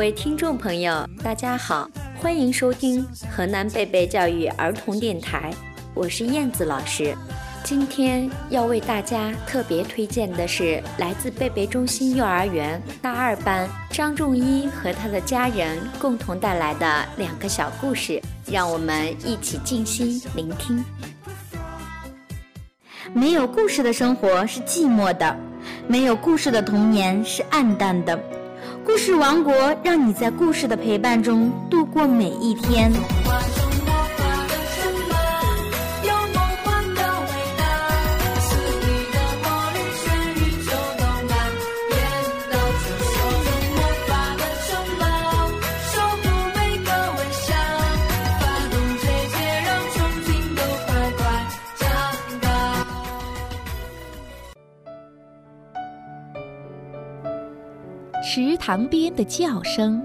位听众朋友，大家好，欢迎收听河南贝贝教育儿童电台，我是燕子老师。今天要为大家特别推荐的是来自贝贝中心幼儿园大2班张仲一和他的家人共同带来的2个小故事，让我们一起静心聆听。 没有故事的生活是寂寞的，没有故事的童年是暗淡的。故事王国让你在故事的陪伴中度过每一天。 池塘边的叫声。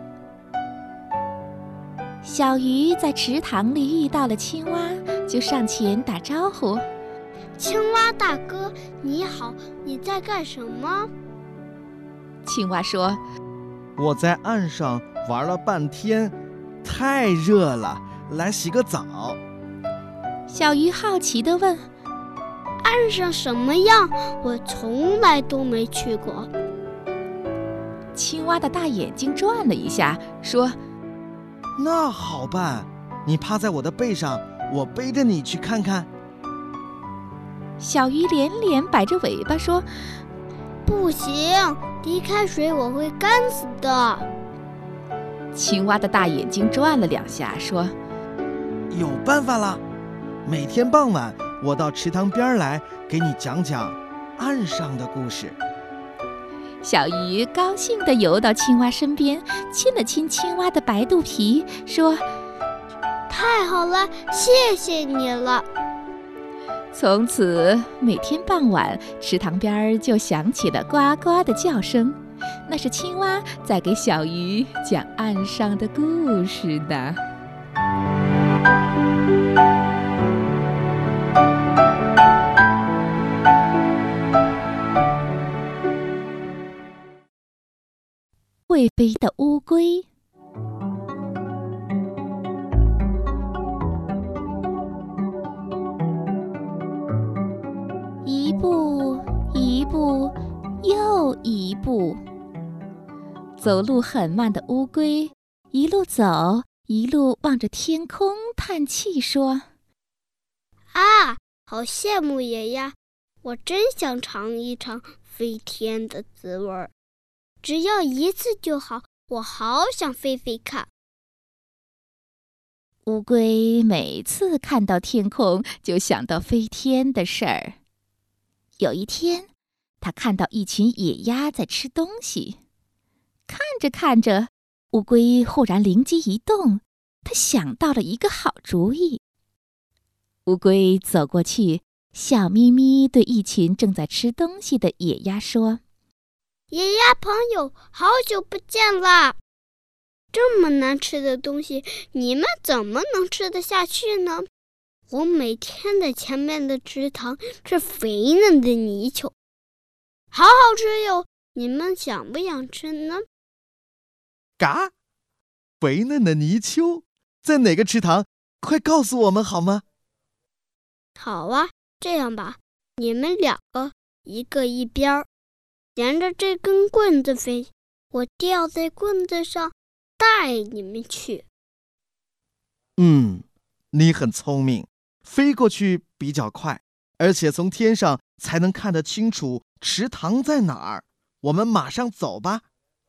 小鱼在池塘里遇到了青蛙，就上前打招呼：“ 青蛙大哥，你好，你在干什么？” 青蛙说：“ 我在岸上玩了半天，太热了，来洗个澡。” 小鱼好奇地问：“ 岸上什么样？我从来都没去过。” 青蛙的大眼睛转了一下，说：“ 那好办，你趴在我的背上，我背着你去看看。” 小鱼连连摆着尾巴说：“ 不行，离开水我会干死的。” 青蛙的大眼睛转了2下，说：“ 有办法了，每天傍晚我到池塘边来，给你讲讲岸上的故事。” 小鱼高兴地游到青蛙身边，亲了亲青蛙的白肚皮，说：“ 太好了，谢谢你了。” 从此每天傍晚，池塘边就响起了呱呱的叫声，那是青蛙在给小鱼讲岸上的故事呢。会飞的乌龟。一步一步又一步，走路很慢的乌龟一路走一路望着天空叹气说：“ 啊，好羡慕爷爷，我真想尝一尝飞天的滋味儿。只要一次就好，我好想飞飞看。” 乌龟每次看到天空，就想到飞天的事儿。有一天，他看到一群野鸭在吃东西，看着看着，乌龟忽然灵机一动，他想到了一个好主意。乌龟走过去，笑眯眯对一群正在吃东西的野鸭说：“ 野鸭朋友，好久不见啦！这么难吃的东西，你们怎么能吃得下去呢？我每天在前面的池塘吃肥嫩的泥鳅，好好吃哟！你们想不想吃呢？” 嘎，肥嫩的泥鳅在哪个池塘？快告诉我们好吗？ 好啊，这样吧，你们2个一个一边儿。沿着这根棍子飞，我吊在棍子上，带你们去。 你很聪明，飞过去比较快，而且从天上才能看得清楚池塘在哪儿。我们马上走吧。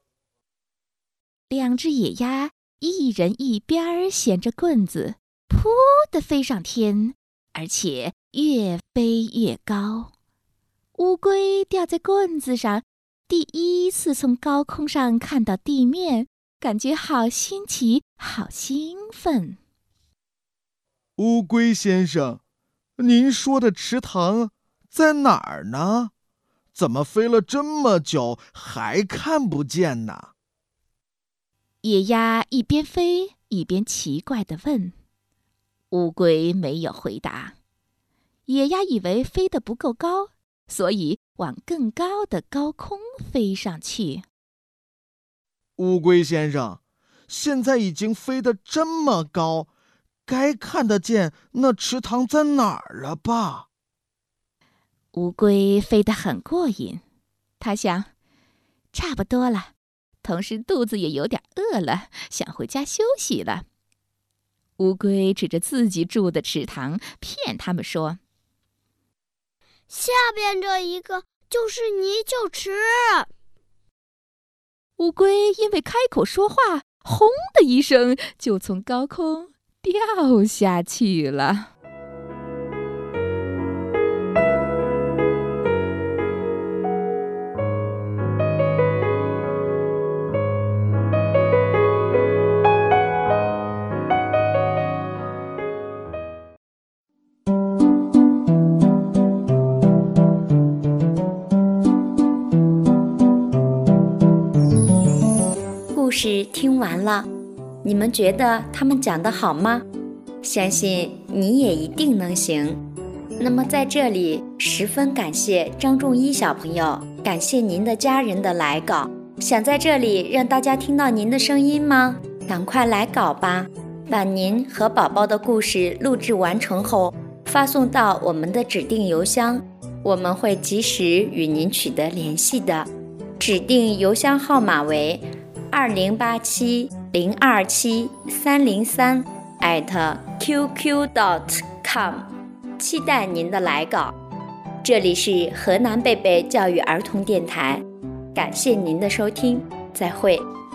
2只野鸭一人一边衔着棍子，噗地飞上天，而且越飞越高。乌龟吊在棍子上，第一次从高空上看到地面，感觉好新奇，好兴奋。 乌龟先生，您说的池塘在哪儿呢？怎么飞了这么久还看不见呢？ 野鸭一边飞一边奇怪地问。乌龟没有回答。野鸭以为飞得不够高，所以往更高的高空飞上去。 乌龟先生，现在已经飞得这么高，该看得见那池塘在哪儿了吧？ 乌龟飞得很过瘾，他想，差不多了，同时肚子也有点饿了，想回家休息了。乌龟指着自己住的池塘，骗他们说：“ 下边这一个就是泥鳅池。” 乌龟因为开口说话，轰的一声就从高空掉下去了。 故事听完了，你们觉得他们讲得好吗？相信你也一定能行。那么在这里十分感谢张仲一小朋友，感谢您的家人的来稿。想在这里让大家听到您的声音吗？赶快来稿吧，把您和宝宝的故事录制完成后发送到我们的指定邮箱，我们会及时与您取得联系的。指定邮箱号码为2087-027-303@qq.com， 期待您的来稿。这里是河南贝贝教育儿童电台，感谢您的收听，再会。